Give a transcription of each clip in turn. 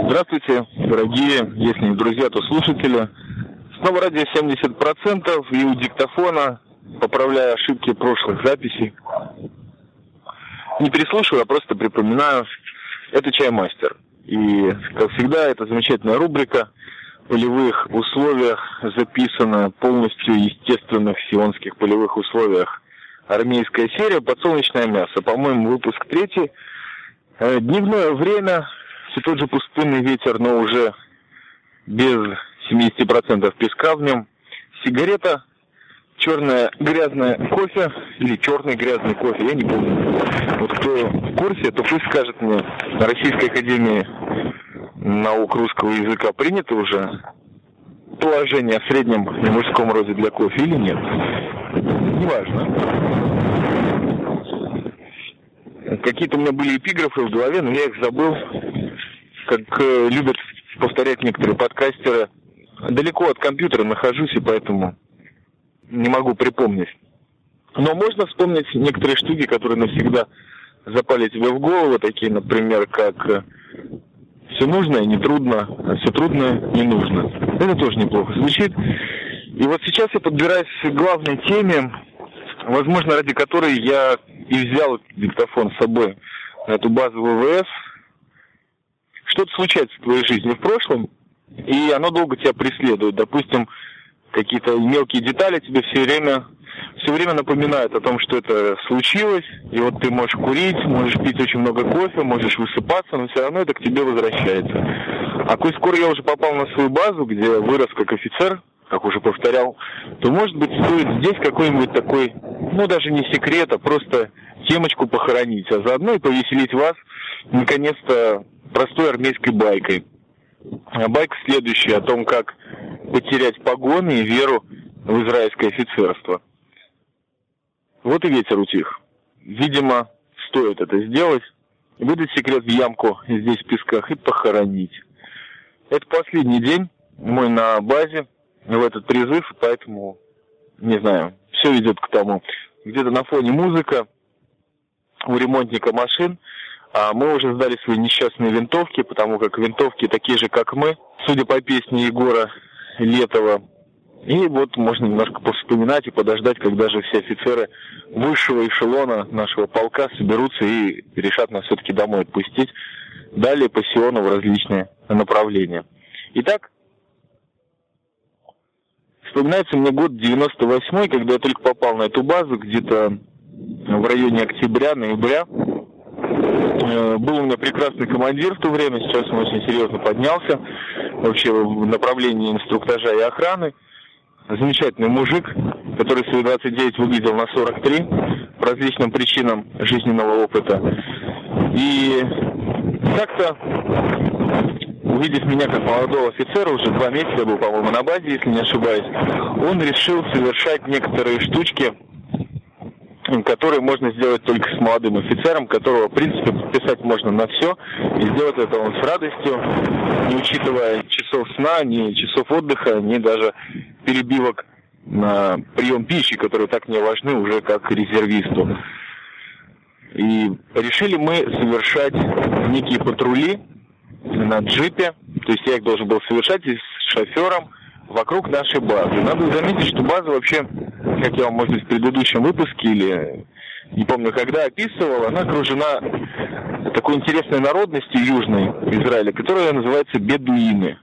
Здравствуйте, дорогие, если не друзья, то слушатели. Снова радио 70% и у диктофона, поправляя ошибки прошлых записей. Не переслушиваю, а просто припоминаю. Это «Чаймастер». И, как всегда, это замечательная рубрика в полевых условиях, записанная полностью естественных сионских полевых условиях. Армейская серия «Подсолнечное мясо». По-моему, выпуск 3. Дневное время, все тот же пустынный ветер, но уже без 70% песка в нем. Сигарета, черное грязное кофе или черный грязный кофе, я не помню. Вот кто в курсе, то пусть скажет мне, на Российской академии наук русского языка принято уже положение в среднем и мужском роде для кофе или нет. Неважно. Какие-то у меня были эпиграфы в голове, но я их забыл. Как любят повторять некоторые подкастеры. Далеко от компьютера нахожусь, и поэтому не могу припомнить. Но можно вспомнить некоторые штуки, которые навсегда запали тебе в голову, такие, например, как «все нужно и не трудно, а все трудно не нужно». Это тоже неплохо звучит. И вот сейчас я подбираюсь к главной теме, возможно, ради которой я и взял диктофон с собой на эту базу ВВС. Что-то случается в твоей жизни в прошлом, и оно долго тебя преследует. Допустим, какие-то мелкие детали тебе все время напоминают о том, что это случилось, и вот ты можешь курить, можешь пить очень много кофе, можешь высыпаться, но все равно это к тебе возвращается. А коль скоро я уже попал на свою базу, где вырос как офицер, как уже повторял, то, может быть, стоит здесь какой-нибудь такой, даже не секрет, а просто темочку похоронить, а заодно и повеселить вас, наконец-то, простой армейской байкой. А байка следующая, о том, как потерять погоны и веру в израильское офицерство. Вот и ветер утих. Видимо, стоит это сделать, выдать секрет в ямку здесь в песках и похоронить. Это последний день мой на базе, в этот призыв, поэтому, не знаю, все идет к тому. Где-то на фоне музыка, у ремонтника машин, а мы уже сдали свои несчастные винтовки, потому как винтовки такие же, как мы, судя по песне Егора Летова. И вот можно немножко повспоминать и подождать, когда же все офицеры высшего эшелона нашего полка соберутся и решат нас все-таки домой отпустить. Далее по Сиону в различные направления. Итак, вспоминается мне год 98-й, когда я только попал на эту базу, где-то в районе октября-ноября. Был у меня прекрасный командир в то время, сейчас он очень серьезно поднялся вообще в направлении инструктажа и охраны. Замечательный мужик, который в свои 29 выглядел на 43 по различным причинам жизненного опыта. И как-то, увидев меня как молодого офицера, уже 2 месяца я был, по-моему, на базе, если не ошибаюсь, он решил совершать некоторые штучки, которые можно сделать только с молодым офицером, которого, в принципе, подписать можно на все, и сделать это он с радостью, не учитывая часов сна, ни часов отдыха, ни даже перебивок на прием пищи, которые так не важны уже как резервисту. И решили мы совершать некие патрули на джипе, то есть я их должен был совершать с шофером вокруг нашей базы. Надо заметить, что база вообще, как я вам, может быть, в предыдущем выпуске или не помню когда описывал, она окружена такой интересной народностью южной Израиля, которая называется бедуины.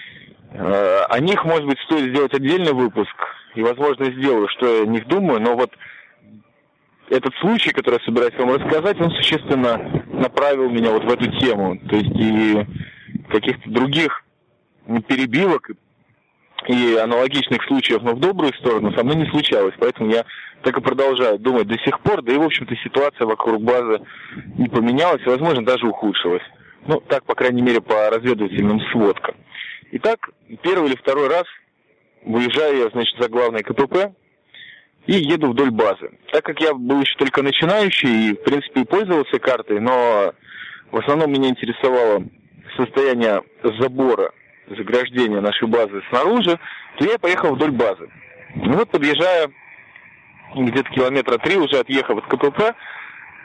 О них, может быть, стоит сделать отдельный выпуск, и, возможно, сделаю, что я о них думаю, но вот этот случай, который я собираюсь вам рассказать, он существенно направил меня вот в эту тему. То есть и каких-то других перебивок и аналогичных случаев, но в добрую сторону, со мной не случалось. Поэтому я так и продолжаю думать до сих пор. Да и, в общем-то, ситуация вокруг базы не поменялась, и, возможно, даже ухудшилась. Так, по крайней мере, по разведывательным сводкам. Итак, первый или второй раз выезжаю я, значит, за главное КПП и еду вдоль базы. Так как я был еще только начинающий и, в принципе, и пользовался картой, но в основном меня интересовало состояние забора, заграждения нашей базы снаружи, то я поехал вдоль базы. И вот, подъезжая где-то километра 3, уже отъехав от КПП,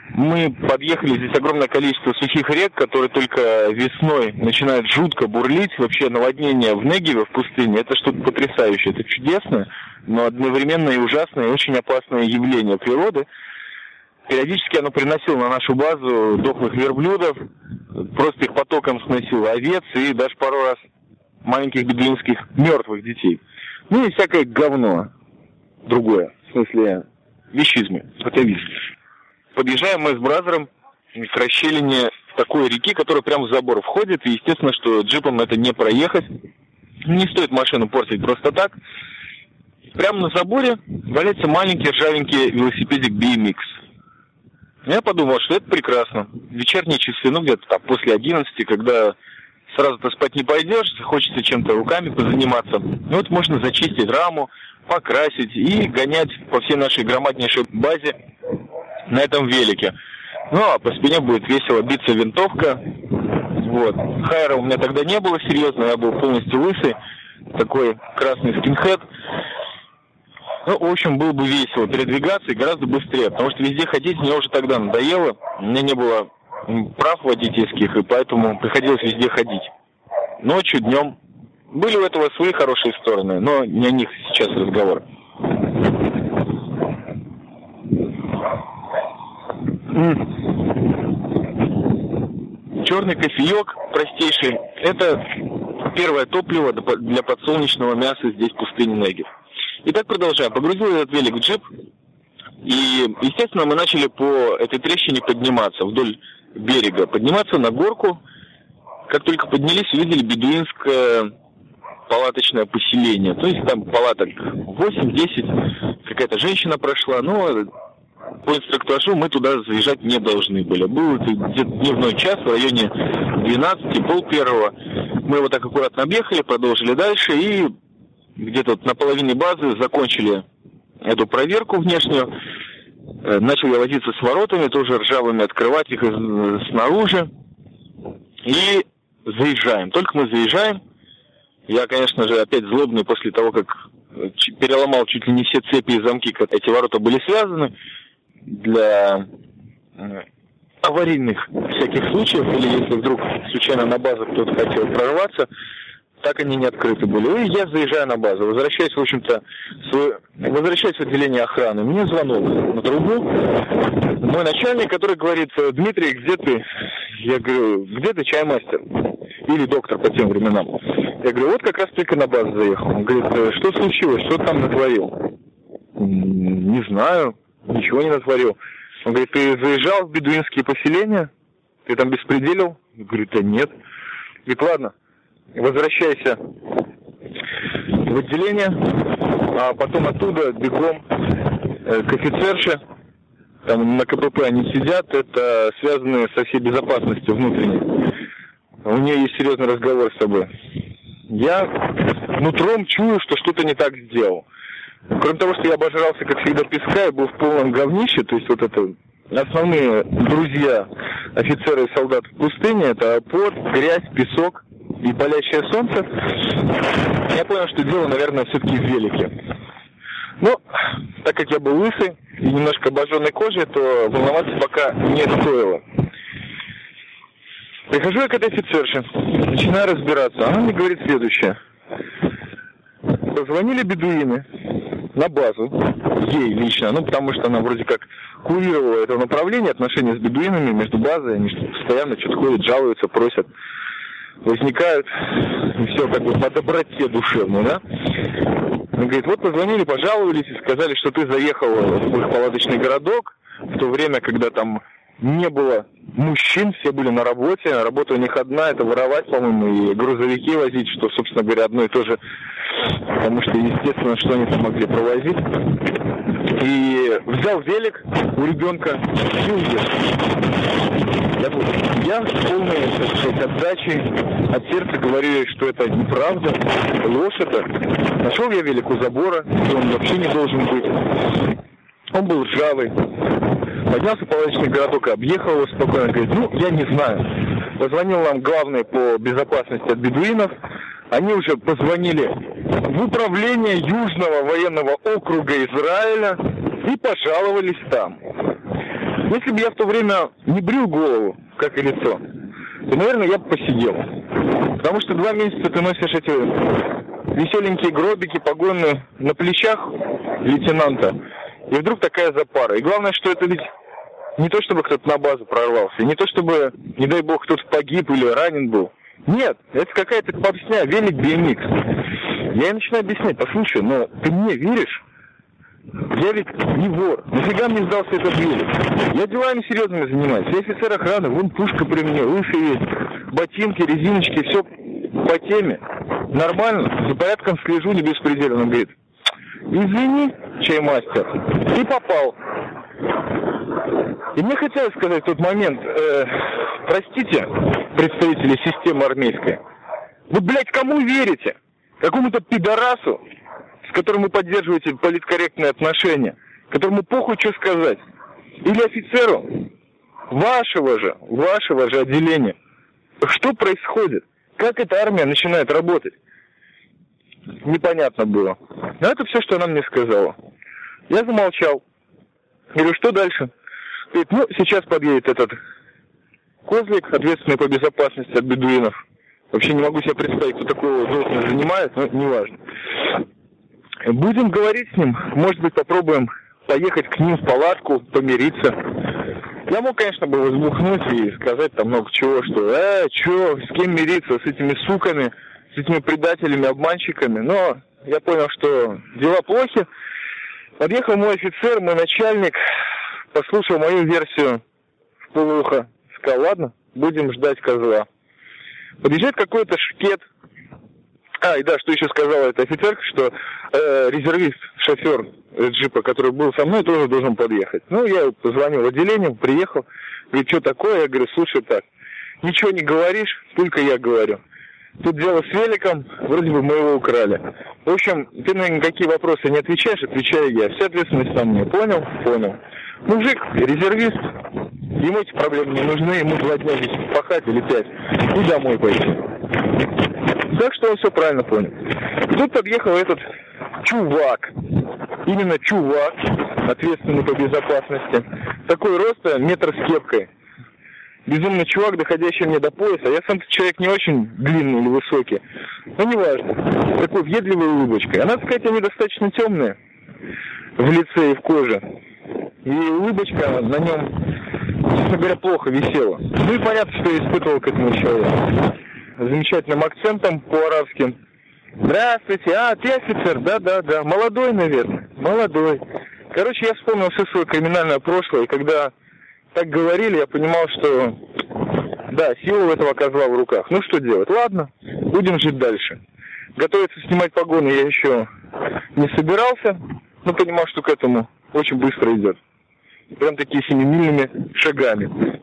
Мы подъехали, здесь огромное количество сухих рек, которые только весной начинают жутко бурлить. Вообще наводнение в Негеве, в пустыне, это что-то потрясающее, это чудесно, но одновременно и ужасное, и очень опасное явление природы. Периодически оно приносило на нашу базу дохлых верблюдов, просто их потоком сносило, овец и даже пару раз маленьких бедуинских мертвых детей. Ну и всякое говно другое, в смысле вещизмы, атовизм. Подъезжаем мы с бразером к расщелине такой реки, которая прямо в забор входит, и естественно, что джипом это не проехать. Не стоит машину портить просто так. Прямо на заборе валяется маленький ржавенький велосипедик BMX. Я подумал, что это прекрасно. Вечерние часы, ну где-то там после 11, когда сразу-то спать не пойдешь, хочется чем-то руками позаниматься. Ну вот можно зачистить раму, покрасить и гонять по всей нашей громаднейшей базе на этом велике. Ну, а по спине будет весело биться винтовка. Вот. Хайра у меня тогда не было серьезно, я был полностью лысый, такой красный скинхед. Ну, в общем, было бы весело передвигаться и гораздо быстрее, потому что везде ходить мне уже тогда надоело. У меня не было прав водительских, и поэтому приходилось везде ходить. Ночью, днем. Были у этого свои хорошие стороны, но не о них сейчас разговор. Черный кофеек простейший – это первое топливо для подсолнечного мяса здесь в пустыне Негев. Итак, продолжаем. Погрузил этот велик в джип, и, естественно, мы начали по этой трещине подниматься вдоль берега, подниматься на горку. Как только поднялись, увидели бедуинское палаточное поселение. То есть там палаток 8-10, какая-то женщина прошла, но по инструктажу мы туда заезжать не должны были. Был где-то дневной час в районе 12, пол-первого. Мы его так аккуратно объехали, продолжили дальше и где-то на половине базы закончили эту проверку внешнюю. Начал я возиться с воротами, тоже ржавыми, открывать их снаружи. И заезжаем. Только мы заезжаем. Я, конечно же, опять злобный после того, как переломал чуть ли не все цепи и замки, как эти ворота были связаны для аварийных всяких случаев, или если вдруг случайно на базу кто-то хотел прорваться, так они не открыты были. И я заезжаю на базу, возвращаюсь, в общем-то, возвращаюсь в отделение охраны. Мне звонок на трубу. Мой начальник, который говорит: Дмитрий, где ты? Я говорю: где ты, чаймастер? Или доктор по тем временам. Я говорю: вот как раз только на базу заехал. Он говорит: что случилось, что ты там натворил? Не знаю, ничего не натворил. Он говорит: ты заезжал в бедуинские поселения? Ты там беспределил? Я говорю: да нет. Говорит: ладно, возвращайся в отделение, а потом оттуда бегом к офицерше. Там на КПП они сидят, это связано со всей безопасностью внутренней. У нее есть серьезный разговор с тобой. Я нутром чую, что что-то не так сделал. Кроме того, что я обожрался, как всегда, песка, и был в полном говнище, то есть вот это основные друзья офицеры и солдат в пустыне, это пот, грязь, песок и палящее солнце. Я понял, что дело, наверное, все-таки в велике. Но, так как я был лысый и немножко обожженной кожей, то волноваться пока не стоило. Прихожу я к этой офицерше, начинаю разбираться. Она мне говорит следующее. Позвонили бедуины на базу, ей лично, ну потому что она вроде как курировала это направление, отношения с бедуинами между базой, они постоянно что-то ходят, жалуются, просят, возникают, и все как бы по доброте душевной, да? Он говорит: вот позвонили, пожаловались и сказали, что ты заехал в их палаточный городок в то время, когда там не было мужчин, все были на работе. Работа у них одна, это воровать, по-моему, и грузовики возить, что, собственно говоря, одно и то же, потому что, естественно, что они там могли провозить. И взял велик у ребенка и уехал. Я с полной, так сказать, отдачей от сердца говорю ей, что это неправда, ложь это. Нашел я велик у забора, где он вообще не должен быть. Он был ржавый. Поднялся в палаточный городок и объехал его спокойно. Говорит: ну, я не знаю. Позвонил нам главный по безопасности от бедуинов. Они уже позвонили в управление Южного военного округа Израиля и пожаловались там. Если бы я в то время не брил голову, как и лицо, то, наверное, я бы посидел. Потому что 2 месяца ты носишь эти веселенькие гробики, погоны на плечах лейтенанта, и вдруг такая запара. И главное, что это ведь не то, чтобы кто-то на базу прорвался, не то, чтобы, не дай бог, кто-то погиб или ранен был. Нет, это какая-то попсня, велик BMX. Я ей начинаю объяснять: послушай, но ты мне веришь? Я ведь не вор. Нафига мне сдался этот велик? Я делами серьезными занимаюсь. Я офицер охраны, вон пушка при мне, лыжи есть, ботинки, резиночки, все по теме. Нормально, за порядком слежу, не беспредельно. Он говорит: извини, чаймастер, ты попал. И мне хотелось сказать в тот момент: простите, представители системы армейской, вы, блядь, кому верите? Какому-то пидорасу, с которым вы поддерживаете политкорректные отношения, которому похуй что сказать? Или офицеру вашего же отделения? Что происходит? Как эта армия начинает работать? Непонятно было. Но это все, что она мне сказала. Я замолчал. Говорю: что дальше? Говорит: ну, сейчас подъедет этот козлик, ответственный по безопасности от бедуинов. Вообще не могу себе представить, кто такого должность занимает, но неважно. Будем говорить с ним, может быть, попробуем поехать к ним в палатку, помириться. Я мог, конечно, бы возбухнуть и сказать там много чего, что чё, с кем мириться, с этими суками, с этими предателями, обманщиками, но я понял, что дела плохи. Подъехал мой офицер, мой начальник, послушал мою версию в полуухо, сказал: ладно, будем ждать козла. Подъезжает какой-то шкет. И да, что еще сказала эта офицерка, что резервист, шофер джипа, который был со мной, тоже должен подъехать. Ну, я позвонил в отделение, приехал, говорит: что такое? Я говорю: слушай, так, ничего не говоришь, только я говорю. Тут дело с великом, вроде бы мы его украли. В общем, ты на никакие вопросы не отвечаешь, отвечаю я. Вся ответственность на мне. Понял? Понял. Мужик, резервист, ему эти проблемы не нужны, ему 2 дня здесь пахать или 5, и домой пойти. Так что он все правильно понял. И тут подъехал этот чувак, именно чувак, ответственный по безопасности, такой роста, метр с кепкой. Безумный чувак, доходящий мне до пояса. Я сам человек не очень длинный или высокий, но неважно. Такой въедливой улыбочкой. А надо сказать, они достаточно темные в лице и в коже. И улыбочка на нем, честно говоря, плохо висела. Ну и понятно, что я испытывал к этому человеку. Замечательным акцентом по-арабски. Здравствуйте, ты офицер? Да. Молодой, наверное? Молодой. Короче, я вспомнил все свое криминальное прошлое, и когда так говорили, я понимал, что да, сила у этого козла в руках. Ну что делать? Ладно, будем жить дальше. Готовиться снимать погоны я еще не собирался, но понимал, что к этому очень быстро идет. Прям такие 7-мильными шагами.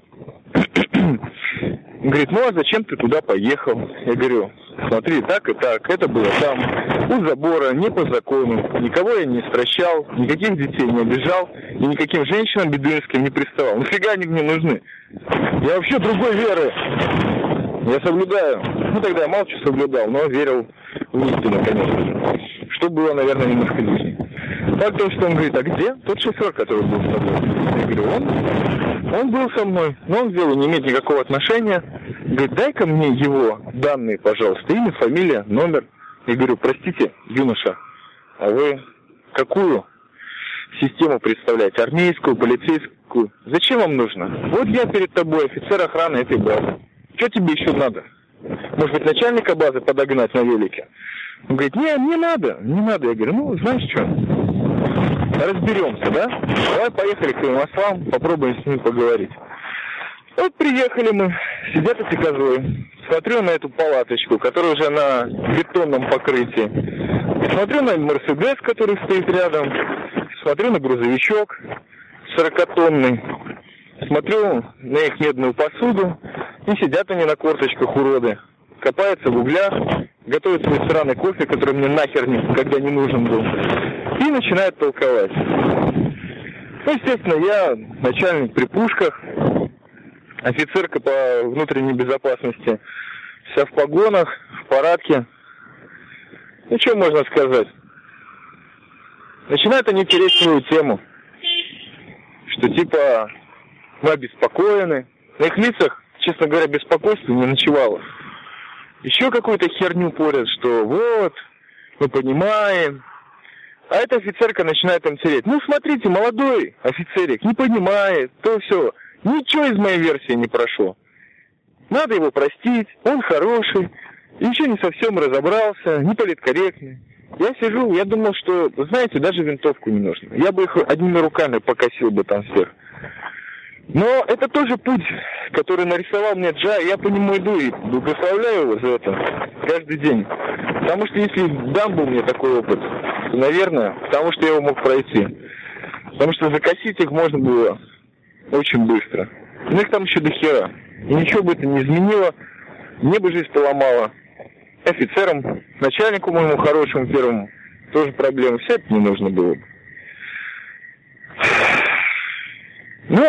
Говорит: ну а зачем ты туда поехал? Я говорю: смотри, так и так, это было там, у забора, не по закону, никого я не стращал, никаких детей не обижал, и никаким женщинам бедуинским не приставал. Нафига они мне нужны? Я вообще другой веры. Я соблюдаю. Ну тогда я молча соблюдал, но верил в истину, конечно же. Что было, наверное, немножко лишнее. Факт в том, что он говорит: а где тот шофер, который был с тобой? Я говорю: он был со мной, но он к делу не имеет никакого отношения. Говорит: дай-ка мне его данные, пожалуйста, имя, фамилия, номер. Я говорю: простите, юноша, а вы какую систему представляете? Армейскую, полицейскую? Зачем вам нужно? Вот я перед тобой офицер охраны этой базы. Что тебе еще надо? Может быть, начальника базы подогнать на велике? Он говорит: не надо. Я говорю: ну, знаешь что, разберемся, да? Давай поехали к твоим ослам, попробуем с ними поговорить. Вот приехали мы, сидят эти козлы. Смотрю на эту палаточку, которая уже на бетонном покрытии. Смотрю на Мерседес, который стоит рядом. Смотрю на грузовичок 40-тонный. Смотрю на их медную посуду. И сидят они на корточках, уроды. Копаются в углях, готовят свой сраный кофе, который мне нахер никогда не нужен был. И начинают толковать. Ну, естественно, я начальник при пушках, офицерка по внутренней безопасности, вся в погонах, в парадке. Ну, что можно сказать? Начинают они тереть свою тему, что типа мы обеспокоены. На их лицах, честно говоря, беспокойство не ночевало. Еще какую-то херню порят, что вот, мы понимаем. А эта офицерка начинает им тереть. Ну, смотрите, молодой офицерик не понимает, то все. Ничего из моей версии не прошло. Надо его простить, он хороший, еще не совсем разобрался, не политкорректный. Я сижу, я думал, что, знаете, даже винтовку не нужно. Я бы их одними руками покосил бы там всех. Но это тоже путь, который нарисовал мне Джа, я по нему иду и благословляю его за это каждый день. Потому что если дан был мне такой опыт, то, наверное, потому что я его мог пройти. Потому что закосить их можно было очень быстро. Но их там еще до хера. И ничего бы это не изменило, мне бы жизнь поломала. Офицерам, начальнику моему хорошему первому, тоже проблемы. Все это не нужно было бы. Ну,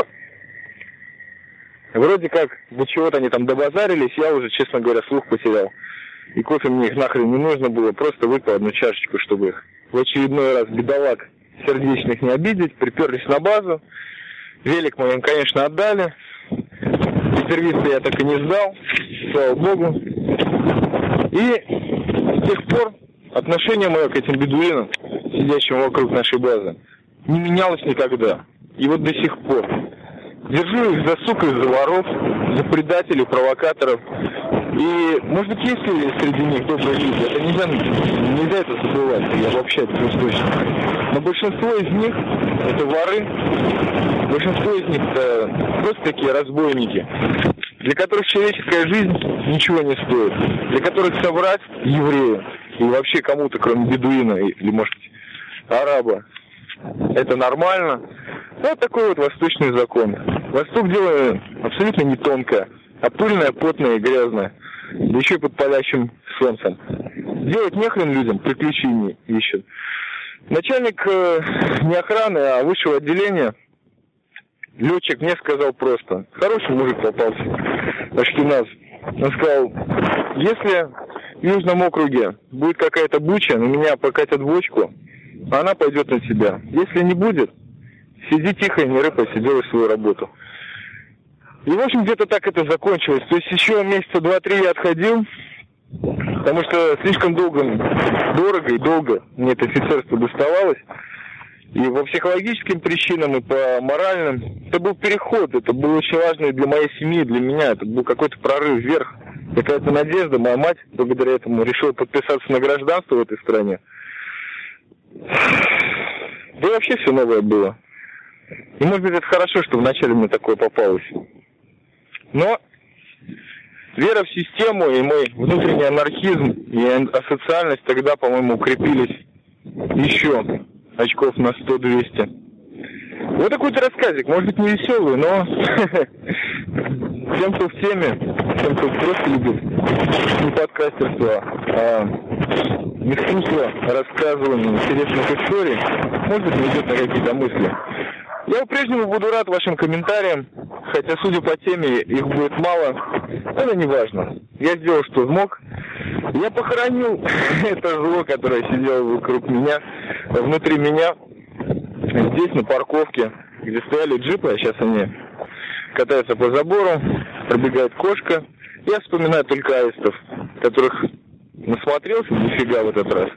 вроде как до чего-то они там добазарились, я уже, честно говоря, слух потерял. И кофе мне их нахрен не нужно было, просто выпил одну чашечку, чтобы их в очередной раз бедолаг сердечных не обидеть. Приперлись на базу. Велик мы им, конечно, отдали. Резервиста я так и не сдал, слава богу. И с тех пор отношение мое к этим бедуинам, сидящим вокруг нашей базы, не менялось никогда. И вот до сих пор. Держу их за сук и за воров, за предателей, провокаторов. И, может быть, есть ли среди них добрые люди? Это нельзя это забывать, я вообще это точно. Но большинство из них это воры, большинство из них это просто такие разбойники, для которых человеческая жизнь ничего не стоит, для которых соврать еврею и вообще кому-то, кроме бедуина или, может быть, араба, это нормально. Вот такой вот восточный закон. Восток дело абсолютно не тонкое, а пыльное, потное и грязное. Да еще и под палящим солнцем. Делать нехрен людям, приключений ищут. Начальник не охраны, а высшего отделения, летчик, мне сказал просто. Хороший мужик попался, Ашкеназ. Он сказал, если в Южном округе будет какая-то буча, на меня покатят бочку, она пойдет на тебя. Если не будет, сиди тихо и не рыпайся, делай свою работу. И, в общем, где-то так это закончилось. То есть еще месяца 2-3 я отходил, потому что слишком дорого и долго мне это офицерство доставалось. И по психологическим причинам, и по моральным. Это был переход, это было очень важно и для моей семьи, для меня. Это был какой-то прорыв вверх, какая-то надежда. Моя мать благодаря этому решила подписаться на гражданство в этой стране. Да и вообще все новое было. И, может быть, это хорошо, что вначале мне такое попалось. Но вера в систему и мой внутренний анархизм и асоциальность тогда, по-моему, укрепились еще очков на 100-200. Вот такой-то рассказик, может быть, не веселый, но тем, кто в теме, тем, кто просто любит не подкастерство, а искусство рассказывания интересных историй, может быть, найдет на какие-то мысли. Я по-прежнему буду рад вашим комментариям, хотя, судя по теме, их будет мало. Это не важно. Я сделал, что смог. Я похоронил это зло, которое сидело вокруг меня, внутри меня, здесь, на парковке, где стояли джипы, а сейчас они катаются по забору, пробегает кошка. Я вспоминаю только аистов, которых насмотрелся дофига в этот раз.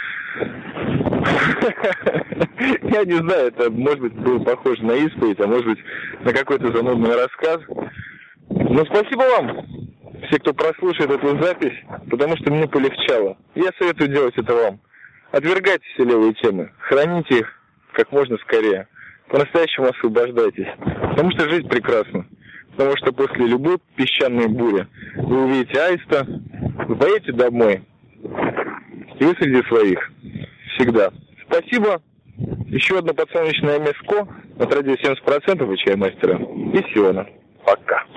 Я не знаю, это, может быть, было похоже на исповедь, а может быть, на какой-то занудный рассказ. Но спасибо вам, все, кто прослушает эту запись, потому что мне полегчало. Я советую делать это вам. Отвергайте все левые темы, храните их как можно скорее. По-настоящему освобождайтесь, потому что жизнь прекрасна. Потому что после любой песчаной бури вы увидите аиста, вы поедете домой, и вы среди своих. Всегда. Спасибо. Еще одно подсолнечное мяско от радио 70% и чаймастера. И Сиона. Пока.